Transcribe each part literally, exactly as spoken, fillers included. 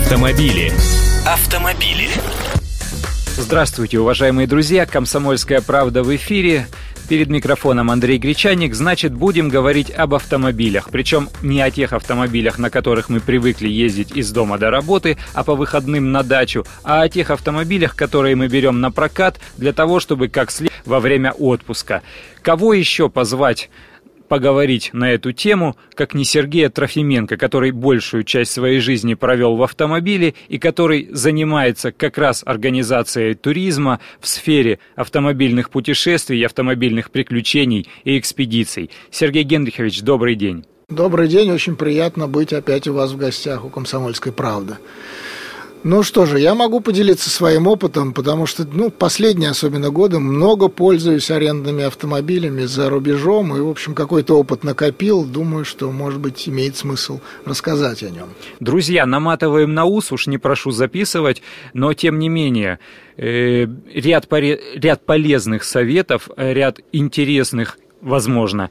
Автомобили. Автомобили. Здравствуйте, уважаемые друзья. «Комсомольская правда» в эфире. Перед микрофоном Андрей Гречаник. Значит, будем говорить об автомобилях. Причем не о тех автомобилях, на которых мы привыкли ездить из дома до работы, а по выходным на дачу, а о тех автомобилях, которые мы берем на прокат для того, чтобы как следует во время отпуска. Кого еще позвать поговорить на эту тему, как не Сергея Трофименко, который большую часть своей жизни провел в автомобиле и который занимается как раз организацией туризма в сфере автомобильных путешествий, автомобильных приключений и экспедиций. Сергей Генрихович, добрый день. Добрый день, очень приятно быть опять у вас в гостях у «Комсомольской правды». Ну что же, я могу поделиться своим опытом, потому что, ну, последние особенно годы много пользуюсь арендными автомобилями за рубежом, и, в общем, какой-то опыт накопил. Думаю, что, может быть, имеет смысл рассказать о нем. Друзья, наматываем на ус, уж не прошу записывать, но, тем не менее, э, ряд, поре- ряд полезных советов, ряд интересных, возможно,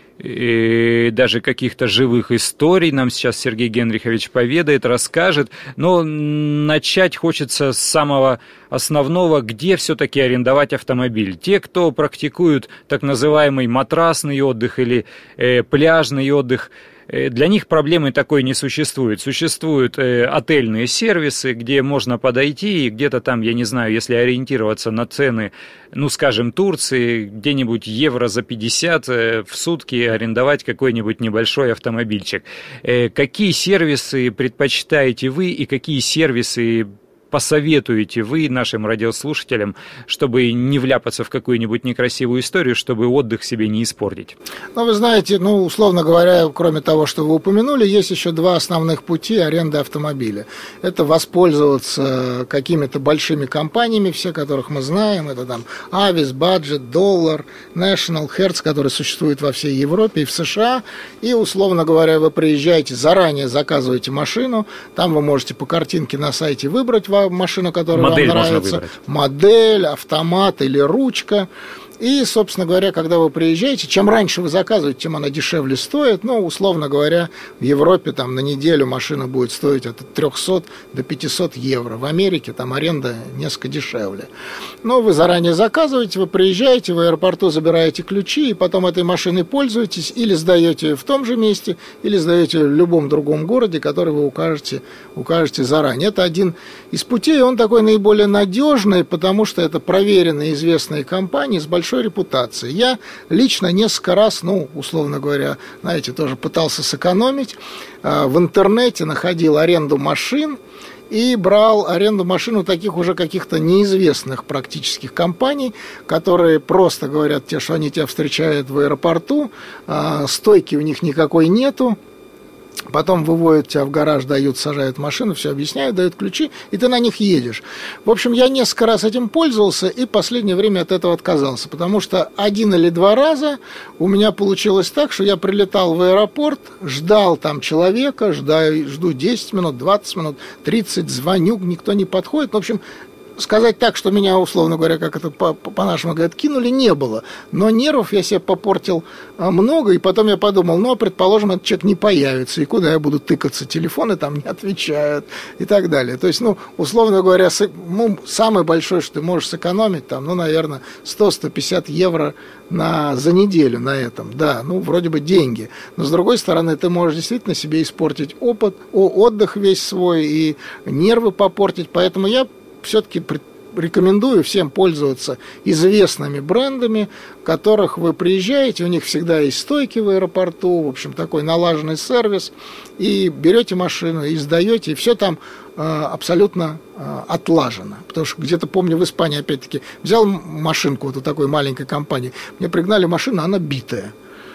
и даже каких-то живых историй нам сейчас Сергей Генрихович поведает, расскажет. Но начать хочется с самого основного, где все-таки арендовать автомобиль. Те, кто практикуют так называемый матрасный отдых или э, пляжный отдых, для них проблемы такой не существует. Существуют э, отельные сервисы, где можно подойти и где-то там, я не знаю, если ориентироваться на цены, ну, скажем, Турции, где-нибудь евро за пятьдесят э, в сутки арендовать какой-нибудь небольшой автомобильчик. Э, какие сервисы предпочитаете вы и какие сервисы посоветуете вы нашим радиослушателям, чтобы не вляпаться в какую-нибудь некрасивую историю, чтобы отдых себе не испортить? Ну, вы знаете, ну, условно говоря, кроме того, что вы упомянули, есть еще два основных пути аренды автомобиля. Это воспользоваться какими-то большими компаниями, все которых мы знаем. Это там Avis, Budget, Dollar, National, Hertz, которые существуют во всей Европе и в США. И, условно говоря, вы приезжаете, заранее заказываете машину, там вы можете по картинке на сайте выбрать машину, которая модель вам нравится, модель, автомат или ручка. И, собственно говоря, когда вы приезжаете, чем раньше вы заказываете, тем она дешевле стоит. Ну, условно говоря, в Европе там на неделю машина будет стоить от трехсот до пятисот евро. В Америке там аренда несколько дешевле. Но вы заранее заказываете, вы приезжаете, в аэропорту забираете ключи, и потом этой машиной пользуетесь, или сдаете в том же месте, или сдаете в любом другом городе, который вы укажете, укажете заранее. Это один из путей, он такой наиболее надежный, потому что это проверенные, известные компании с большой большой репутации. Я лично несколько раз, ну, условно говоря, знаете, тоже пытался сэкономить. В интернете находил аренду машин и брал аренду машин у таких уже каких-то неизвестных практических компаний, которые просто говорят тебе, что они тебя встречают в аэропорту, стойки у них никакой нету. Потом выводят тебя в гараж, дают, сажают машину, все объясняют, дают ключи, и ты на них едешь. В общем, я несколько раз этим пользовался и в последнее время от этого отказался, потому что один или два раза у меня получилось так, что я прилетал в аэропорт, ждал там человека, ждаю, жду десять минут, двадцать минут, тридцать, звоню, никто не подходит. В общем, сказать так, что меня, условно говоря, как это по-нашему говорят, кинули, не было. Но нервов я себе попортил много, и потом я подумал, ну, предположим, этот человек не появится, и куда я буду тыкаться, телефоны там не отвечают, и так далее. То есть, ну, условно говоря, ну, самое большое, что ты можешь сэкономить, там, ну, наверное, сто - сто пятьдесят евро на, за неделю на этом. Да, ну, вроде бы деньги. Но, с другой стороны, ты можешь действительно себе испортить опыт, отдых весь свой, и нервы попортить. Поэтому я все-таки рекомендую всем пользоваться известными брендами, в которых вы приезжаете, у них всегда есть стойки в аэропорту, в общем, такой налаженный сервис, и берете машину, и сдаете, и все там э, абсолютно э, отлажено. Потому что где-то, помню, в Испании, опять-таки, взял машинку вот у такой маленькой компании, мне пригнали машину, она битая.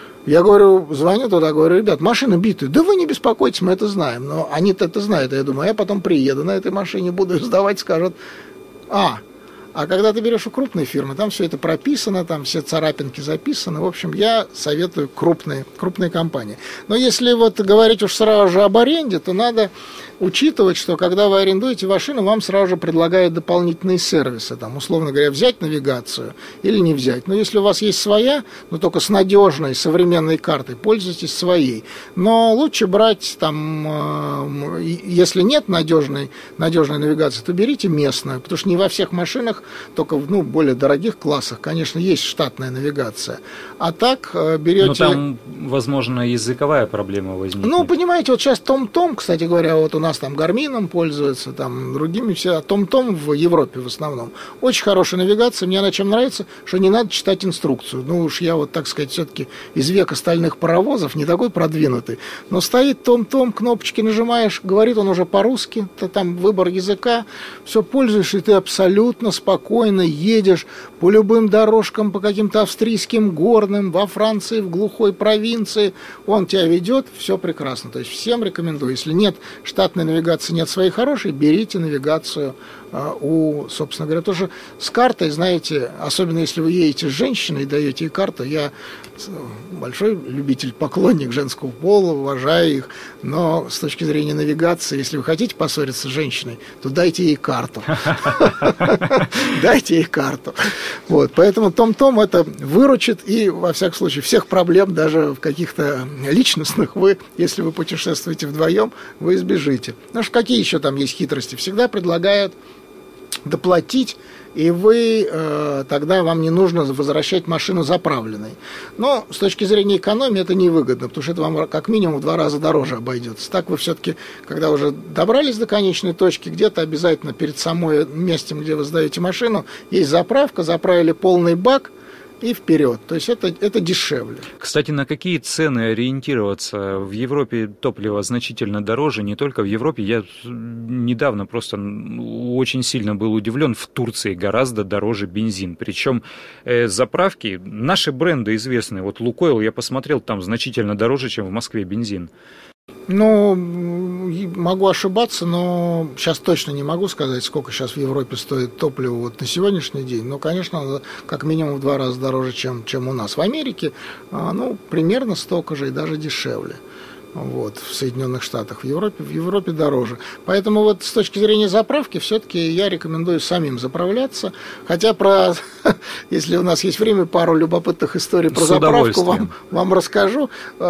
Я говорю, звоню туда, говорю, ребят, машина битая. Да вы не беспокойтесь, мы это знаем. Но они-то это знают. Я думаю, я потом приеду на этой машине, буду сдавать, скажут, а, А когда ты берешь у крупной фирмы, там все это прописано, там все царапинки записаны. В общем, я советую крупные, крупные компании. Но если вот говорить уж сразу же об аренде, то надо учитывать, что когда вы арендуете машину, вам сразу же предлагают дополнительные сервисы. Там, условно говоря, взять навигацию или не взять. Но если у вас есть своя, но только с надежной современной картой, пользуйтесь своей. Но лучше брать, там, если нет надежной, надежной навигации, то берите местную, потому что не во всех машинах, только в ну, более дорогих классах, конечно, есть штатная навигация. А так берете... Но там, возможно, языковая проблема возникнет. Ну, понимаете, вот сейчас Том-Том, кстати говоря, вот у нас там Гармином пользуется, там другими все, а Том-Том в Европе в основном. Очень хорошая навигация, мне она чем нравится, что не надо читать инструкцию. Ну уж я вот, так сказать, все-таки из века стальных паровозов, не такой продвинутый. Но стоит Том-Том, кнопочки нажимаешь, говорит он уже по-русски, ты там выбор языка, все пользуешься, и ты абсолютно спокойно едешь по любым дорожкам, по каким-то австрийским горным, во Франции, в глухой провинции. Он тебя ведет, все прекрасно. То есть всем рекомендую. Если нет штатной навигации, нет своей хорошей, берите навигацию а, у, собственно говоря, тоже с картой, знаете, особенно если вы едете с женщиной и даете ей карту. Я большой любитель, поклонник женского пола, уважаю их, но с точки зрения навигации, если вы хотите поссориться с женщиной, то дайте ей карту. Дайте ей карту. Вот, поэтому Том-Том это выручит, и, во всяком случае, всех проблем, даже в каких-то личностных, вы, если вы путешествуете вдвоем, вы избежите. Ну что, какие еще там есть хитрости? Всегда предлагают доплатить, и вы э, тогда вам не нужно возвращать машину заправленной. Но с точки зрения экономии это невыгодно, потому что это вам как минимум в два раза дороже обойдется. Так вы все-таки, когда уже добрались до конечной точки, где-то обязательно перед самой местом, где вы сдаете машину, есть заправка, заправили полный бак, и вперед. То есть это, это дешевле. Кстати, на какие цены ориентироваться? В Европе топливо значительно дороже, не только в Европе. Я недавно просто очень сильно был удивлен. В Турции гораздо дороже бензин. Причем э, заправки, наши бренды известные. Вот Лукойл, я посмотрел, там значительно дороже, чем в Москве бензин. Ну, могу ошибаться, но сейчас точно не могу сказать, сколько сейчас в Европе стоит топливо вот на сегодняшний день. Но, конечно, как минимум в два раза дороже, чем, чем у нас. В Америке, ну, примерно столько же и даже дешевле. Вот, в Соединенных Штатах, в Европе, в Европе дороже. Поэтому вот с точки зрения заправки все-таки я рекомендую самим заправляться. Хотя про, если у нас есть время, пару любопытных историй про заправку вам, вам расскажу,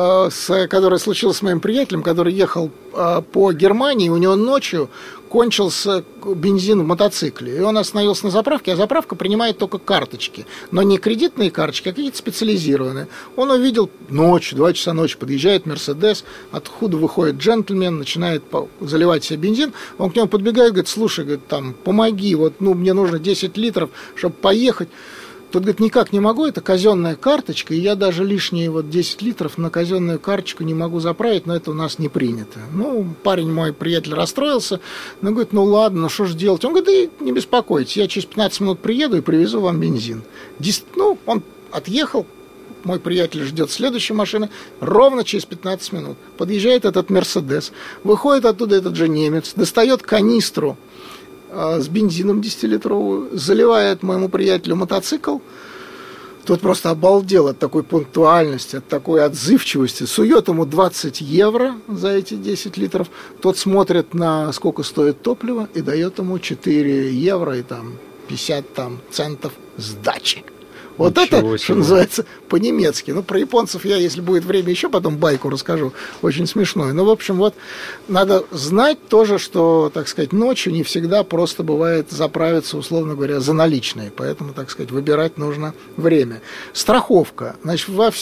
с, которая случилась с моим приятелем, который ехал по Германии, у него ночью кончился бензин в мотоцикле, и он остановился на заправке, а заправка принимает только карточки, но не кредитные карточки, а какие-то специализированные. Он увидел ночью, два часа ночи, подъезжает Мерседес, откуда выходит джентльмен, начинает заливать себе бензин, он к нему подбегает, говорит: слушай, говорит, там, помоги, вот, ну, мне нужно десять литров, чтобы поехать. Тот говорит: никак не могу, это казенная карточка, и я даже лишние вот десять литров на казенную карточку не могу заправить, но это у нас не принято. Ну, парень мой, приятель, расстроился, но говорит: ну ладно, ну что же делать? Он говорит: да не беспокойтесь, я через пятнадцать минут приеду и привезу вам бензин. Ну, он отъехал, мой приятель ждет следующей машины, ровно через пятнадцать минут. Подъезжает этот Мерседес, выходит оттуда этот же немец, достает канистру с бензином десятилитровую, заливает моему приятелю мотоцикл. Тот просто обалдел от такой пунктуальности, от такой отзывчивости. Сует ему двадцать евро за эти десять литров. Тот смотрит, на сколько стоит топливо, и дает ему четыре евро и там пятьдесят там, центов сдачи. Вот Ничего это, себе. Что называется, по-немецки. Ну, про японцев я, если будет время, еще потом байку расскажу. Очень смешную. Ну, в общем, вот надо знать тоже, что, так сказать, ночью не всегда просто бывает заправиться, условно говоря, за наличные. Поэтому, так сказать, выбирать нужно время. Страховка. Значит, во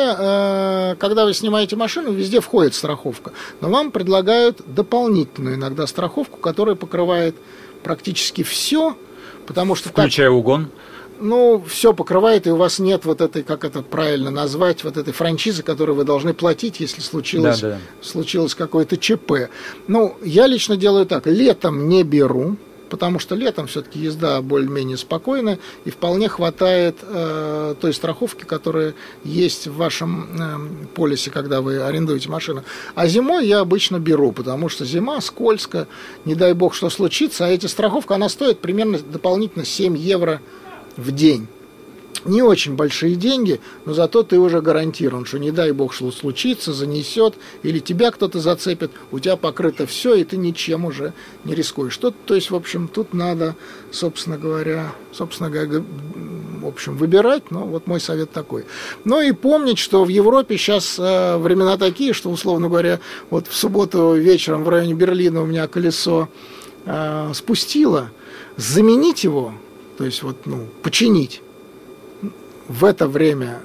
все, когда вы снимаете машину, везде входит страховка. Но вам предлагают дополнительную иногда страховку, которая покрывает практически все. Потому что... Включая угон? Ну, все покрывает, и у вас нет вот этой, как это правильно назвать, вот этой франшизы, которую вы должны платить, если случилось, да, да. случилось какое-то ЧП. Ну, я лично делаю так: летом не беру, потому что летом все-таки езда более-менее спокойная, и вполне хватает э, той страховки, которая есть в вашем э, полисе, когда вы арендуете машину. А зимой я обычно беру, потому что зима, скользко, не дай бог, что случится, а эта страховка, она стоит примерно дополнительно семь евро в день. Не очень большие деньги, но зато ты уже гарантирован, что не дай бог, что случится, занесет, или тебя кто-то зацепит, у тебя покрыто все, и ты ничем уже не рискуешь. Тут, то есть, в общем, тут надо, собственно говоря, собственно говоря, в общем, выбирать, но вот мой совет такой. Ну и помнить, что в Европе сейчас э, времена такие, что, условно говоря, вот в субботу вечером в районе Берлина у меня колесо э, спустило, заменить его, то есть вот, ну, починить, в это время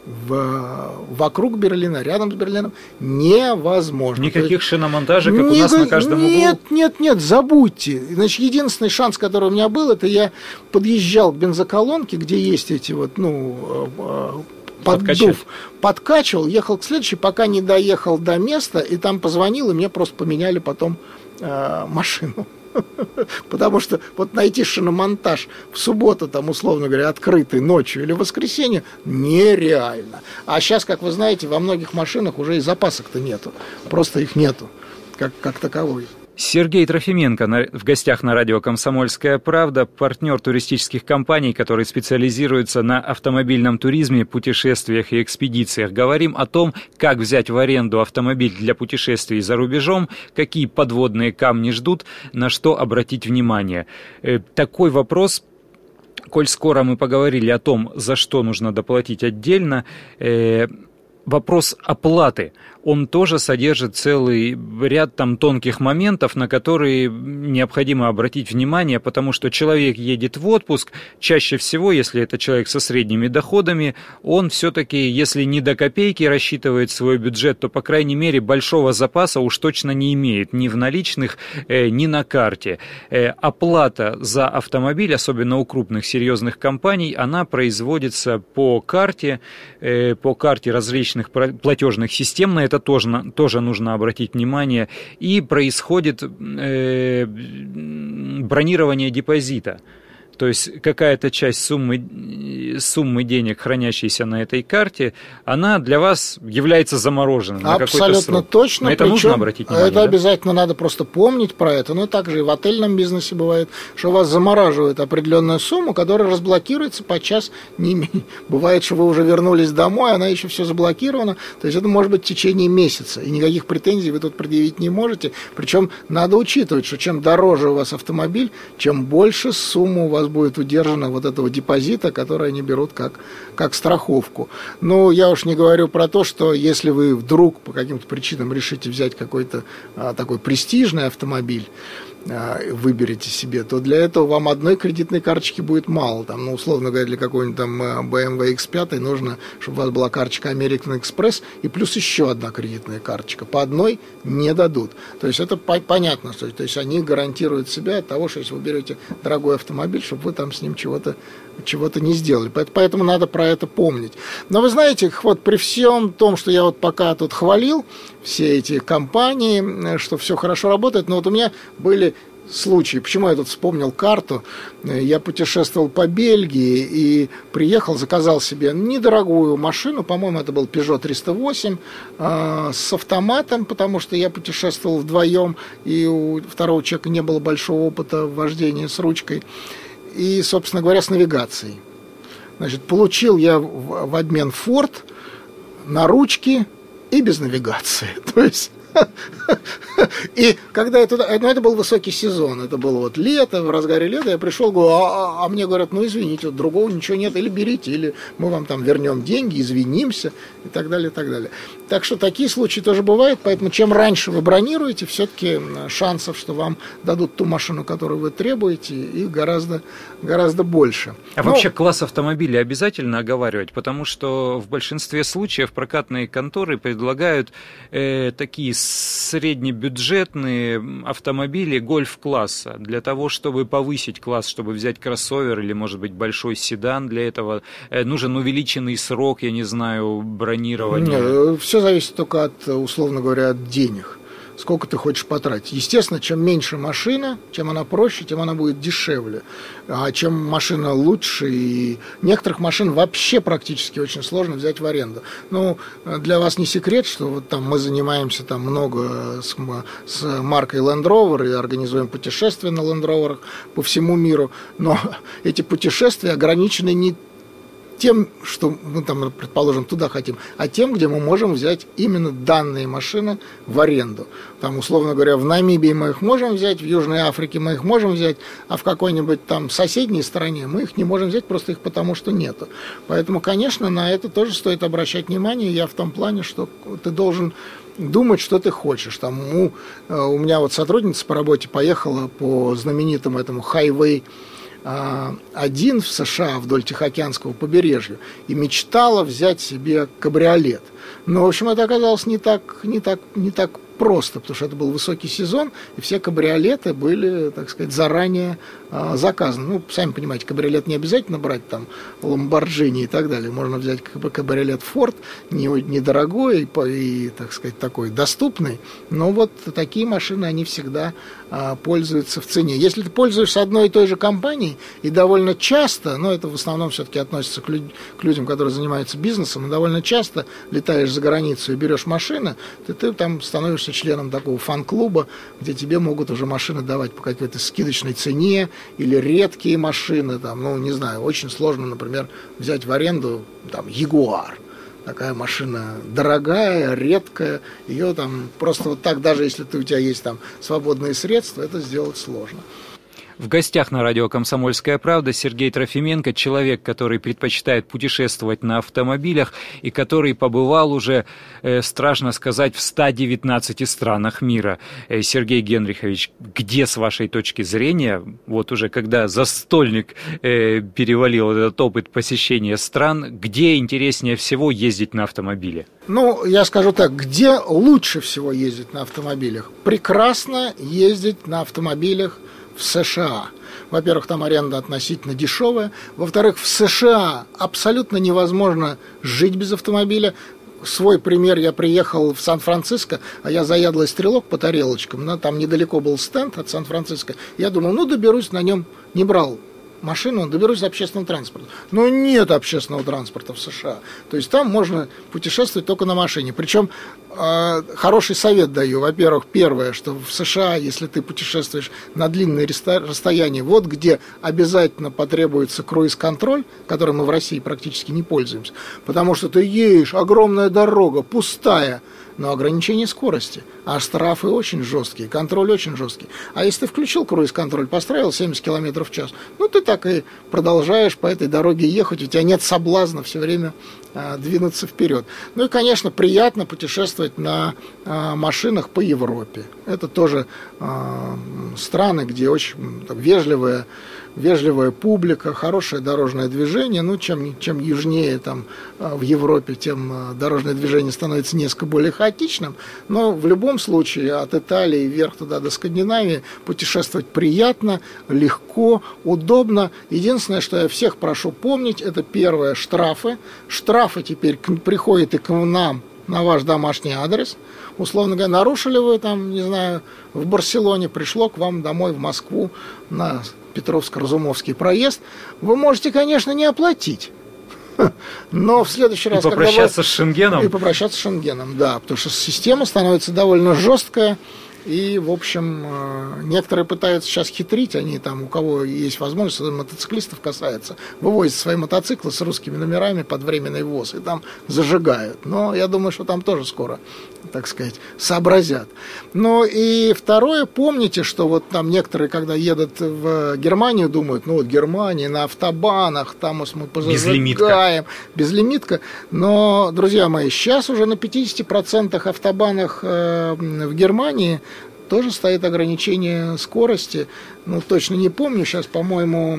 в, вокруг Берлина, рядом с Берлином невозможно. Никаких есть, шиномонтажей, как не, у нас на каждом углу? Нет, нет, нет, забудьте. Значит, единственный шанс, который у меня был, это я подъезжал к бензоколонке, где есть эти вот, ну, поддув, подкачивал, ехал к следующей, пока не доехал до места, и там позвонил, и мне просто поменяли потом э, машину. Потому что вот найти шиномонтаж в субботу, там, условно говоря, открытый ночью или в воскресенье нереально. А сейчас, как вы знаете, во многих машинах уже и запасок-то нету. Просто их нету, как, как таковой. Сергей Трофименко на, в гостях на радио «Комсомольская правда», партнер туристических компаний, которые специализируются на автомобильном туризме, путешествиях и экспедициях. Говорим о том, как взять в аренду автомобиль для путешествий за рубежом, какие подводные камни ждут, на что обратить внимание. Э, такой вопрос, коль скоро мы поговорили о том, за что нужно доплатить отдельно, э, вопрос оплаты. Он тоже содержит целый ряд там тонких моментов, на которые необходимо обратить внимание, потому что человек едет в отпуск, чаще всего, если это человек со средними доходами, он все-таки, если не до копейки рассчитывает свой бюджет, то, по крайней мере, большого запаса уж точно не имеет, ни в наличных, э, ни на карте. Э, оплата за автомобиль, особенно у крупных серьезных компаний, она производится по карте, э, по карте различных платежных систем, на это тоже, тоже нужно обратить внимание, и происходит э, бронирование депозита. То есть какая-то часть суммы, суммы денег, хранящейся на этой карте, она для вас является замороженной на какой-то срок. Абсолютно точно. На это нужно обратить внимание. Это да? Обязательно надо просто помнить про это. Но также и в отельном бизнесе бывает, что у вас замораживают определенную сумму, которая разблокируется подчас не менее. Бывает, что вы уже вернулись домой, она еще все заблокирована. То есть это может быть в течение месяца. И никаких претензий вы тут предъявить не можете. Причем надо учитывать, что чем дороже у вас автомобиль, чем больше сумма у вас будет удержана вот этого депозита, который они берут как, как страховку. Ну, я уж не говорю про то, что если вы вдруг по каким-то причинам решите взять какой-то а, такой престижный автомобиль, выберете себе, то для этого вам одной кредитной карточки будет мало. Там, ну, условно говоря, для какой-нибудь там бэ эм вэ икс пять нужно, чтобы у вас была карточка American Express и плюс еще одна кредитная карточка. По одной не дадут. То есть это по- понятно. То есть они гарантируют себя от того, что если вы берете дорогой автомобиль, чтобы вы там с ним чего-то, чего-то не сделали. Поэтому надо про это помнить. Но вы знаете, вот при всем том, что я вот пока тут хвалил все эти компании, что все хорошо работает, но вот у меня были случаи. Почему я тут вспомнил карту? Я путешествовал по Бельгии и приехал, заказал себе недорогую машину, по-моему, это был Peugeot триста восемь, э, с автоматом, потому что я путешествовал вдвоем, и у второго человека не было большого опыта вождения с ручкой, и, собственно говоря, с навигацией. Значит, получил я в, в обмен Ford на ручке и без навигации. То есть... И когда я туда, ну это был высокий сезон, это было вот лето, в разгаре лета, я пришел, говорю, а, а мне говорят, ну извините, вот другого ничего нет, или берите, или мы вам там вернем деньги, извинимся, и так далее, и так далее. Так что такие случаи тоже бывают, поэтому чем раньше вы бронируете, все-таки шансов, что вам дадут ту машину, которую вы требуете, их гораздо, гораздо больше. А Но... вообще класс автомобиля обязательно оговаривать, потому что в большинстве случаев прокатные конторы предлагают э, такие среднебюджетные автомобили гольф-класса для того, чтобы повысить класс, чтобы взять кроссовер или, может быть, большой седан. Для этого э, нужен увеличенный срок, я не знаю, бронирования. Нет, все зависит только от, условно говоря, от денег. сколько ты хочешь потратить. Естественно, чем меньше машина, чем она проще, тем она будет дешевле. А чем машина лучше, и некоторых машин вообще практически очень сложно взять в аренду. Ну, для вас не секрет, что вот там мы занимаемся там много с, с маркой Land Rover и организуем путешествия на Land Rover по всему миру, но эти путешествия ограничены не тем, что мы там, предположим, туда хотим, а тем, где мы можем взять именно данные машины в аренду. Там, условно говоря, в Намибии мы их можем взять, в Южной Африке мы их можем взять, а в какой-нибудь там соседней стране мы их не можем взять, просто их потому что нету. Поэтому, конечно, на это тоже стоит обращать внимание. Я в том плане, что ты должен думать, что ты хочешь. Там, у, у меня вот сотрудница по работе поехала по знаменитому этому хайвей один в США вдоль Тихоокеанского побережья и мечтала взять себе кабриолет. Но, в общем, это оказалось не так, не так, не так просто, потому что это был высокий сезон, и все кабриолеты были, так сказать, заранее а, заказаны. Ну, сами понимаете, кабриолет не обязательно брать там Ламборджини и так далее. Можно взять кабриолет Форд, не, недорогой и, и, так сказать, такой доступный. Но вот такие машины, они всегда а, пользуются в цене. Если ты пользуешься одной и той же компанией, и довольно часто, но это в основном все-таки относится к, люд, к людям, которые занимаются бизнесом, и довольно часто летаешь за границу и берешь машину, ты, ты там становишься членом такого фан-клуба, где тебе могут уже машины давать по какой-то скидочной цене, или редкие машины, там, ну, не знаю, очень сложно, например, взять в аренду там Ягуар. Такая машина дорогая, редкая, ее там просто вот так, даже если ты, у тебя есть там свободные средства, это сделать сложно. В гостях на радио «Комсомольская правда» Сергей Трофименко, человек, который предпочитает путешествовать на автомобилях и который побывал уже, э, страшно сказать, в ста девятнадцати странах мира. Э, Сергей Генрихович, где, с вашей точки зрения, вот уже когда за стольник э, перевалил этот опыт посещения стран, где интереснее всего ездить на автомобиле? Ну, я скажу так, где лучше всего ездить на автомобилях? Прекрасно ездить на автомобилях в США. Во-первых, там аренда относительно дешевая. Во-вторых, в США абсолютно невозможно жить без автомобиля. Свой пример: я приехал в Сан-Франциско, а я заядлый стрелок по тарелочкам. Но там недалеко был стенд от Сан-Франциско. Я думал, ну, доберусь, на нем не брал машину, доберусь общественным транспортом. Но нет общественного транспорта в США. То есть там можно путешествовать только на машине. Причем э, хороший совет даю. Во-первых, первое, что в США, если ты путешествуешь на длинные расстояния, вот где обязательно потребуется круиз-контроль, которым мы в России практически не пользуемся. Потому что ты едешь, огромная дорога, пустая, но ограничение скорости, а штрафы очень жесткие, контроль очень жесткий. А если ты включил круиз-контроль, поставил семьдесят километров в час, ну ты так и продолжаешь по этой дороге ехать, у тебя нет соблазна все время а, двинуться вперед. Ну и, конечно, приятно путешествовать на а, машинах по Европе. Это тоже а, страны, где очень там, вежливая вежливая публика, хорошее дорожное движение. Ну, чем, чем южнее там в Европе, тем дорожное движение становится несколько более хаотичным. Но в любом случае от Италии вверх туда до Скандинавии путешествовать приятно, легко, удобно. Единственное, что я всех прошу помнить, это первое — штрафы. Штрафы теперь приходят и к нам на ваш домашний адрес. Условно говоря, нарушили вы там, не знаю, в Барселоне, пришло к вам домой в Москву на Петровско-Разумовский проезд, вы можете, конечно, не оплатить. Но в следующий раз... И попрощаться вы... с Шенгеном? И попрощаться с Шенгеном, да, потому что система становится довольно жесткая. И, в общем, некоторые пытаются сейчас хитрить, они там, у кого есть возможность, мотоциклистов касается, вывозят свои мотоциклы с русскими номерами под временный ввоз и там зажигают. Но я думаю, что там тоже скоро, так сказать, сообразят. Ну и второе, помните, что вот там некоторые, когда едут в Германию, думают, ну вот Германия на автобанах, там мы позажигаем. Безлимитка. Безлимитка. Но, друзья мои, сейчас уже на пятидесяти процентах автобанах в Германии тоже стоит ограничение скорости. Ну, точно не помню, сейчас, по-моему...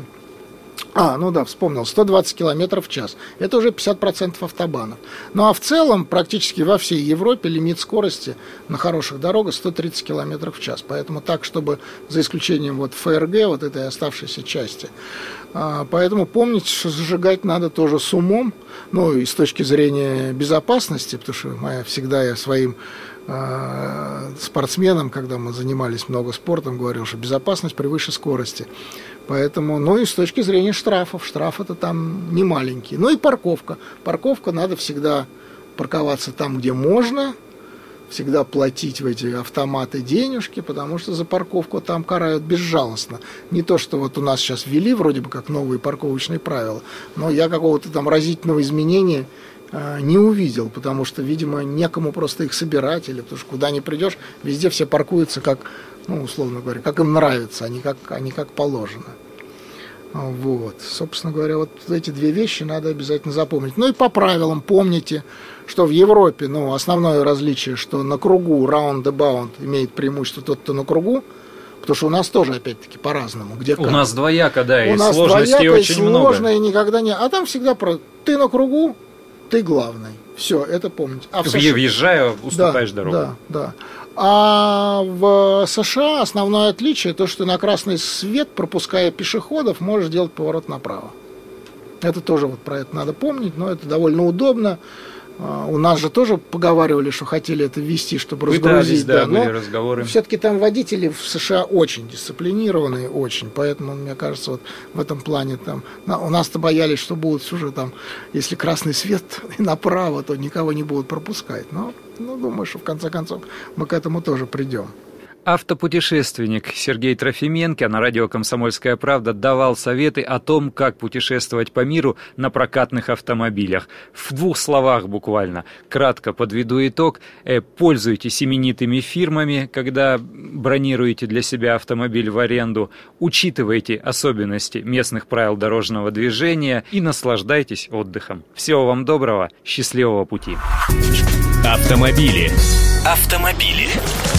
А, ну да, вспомнил, сто двадцать километров в час. Это уже пятьдесят процентов автобанов. Ну, а в целом, практически во всей Европе лимит скорости на хороших дорогах сто тридцать километров в час. Поэтому так, чтобы, за исключением вот ФРГ, вот этой оставшейся части. А, поэтому помните, что зажигать надо тоже с умом. Ну, и с точки зрения безопасности, потому что моя, всегда я своим спортсменам, когда мы занимались много спортом, говорил, что безопасность превыше скорости. Поэтому, ну и с точки зрения штрафов, штрафы-то там не маленькие. Ну и парковка. Парковка надо всегда парковаться там, где можно, всегда платить в эти автоматы денежки, потому что за парковку там карают безжалостно. Не то, что вот у нас сейчас ввели вроде бы как новые парковочные правила, но я какого-то там разительного изменения э, не увидел, потому что, видимо, некому просто их собирать, или потому что куда ни придешь, везде все паркуются как, ну, условно говоря, как им нравится, а не как, а не как положено. Вот, собственно говоря, вот эти две вещи надо обязательно запомнить. Ну и по правилам помните, что в Европе, ну, основное различие, что на кругу round-about имеет преимущество тот, кто на кругу, потому что у нас тоже, опять-таки, по-разному. Где у нас двояко, да, и сложностей очень много. Сложно, и никогда не... А там всегда про ты на кругу, ты главный. Все, это помните. А в США... Въезжая, уступаешь да, дорогу. Да, да. А в США основное отличие то, что на красный свет, пропуская пешеходов, можешь делать поворот направо. Это тоже вот про это надо помнить, но это довольно удобно. У нас же тоже поговаривали, что хотели это ввести, чтобы разгрузить. Да, да, были разговоры. Все-таки там водители в США очень дисциплинированные, очень. Поэтому, мне кажется, вот в этом плане там... У нас-то боялись, что будут уже там, если красный свет направо, то никого не будут пропускать. Но, ну, думаю, что в конце концов мы к этому тоже придем. Автопутешественник Сергей Трофименко на радио «Комсомольская правда» давал советы о том, как путешествовать по миру на прокатных автомобилях. В двух словах буквально, кратко подведу итог. Пользуйтесь именитыми фирмами, когда бронируете для себя автомобиль в аренду. Учитывайте особенности местных правил дорожного движения и наслаждайтесь отдыхом. Всего вам доброго, счастливого пути. Автомобили. Автомобили.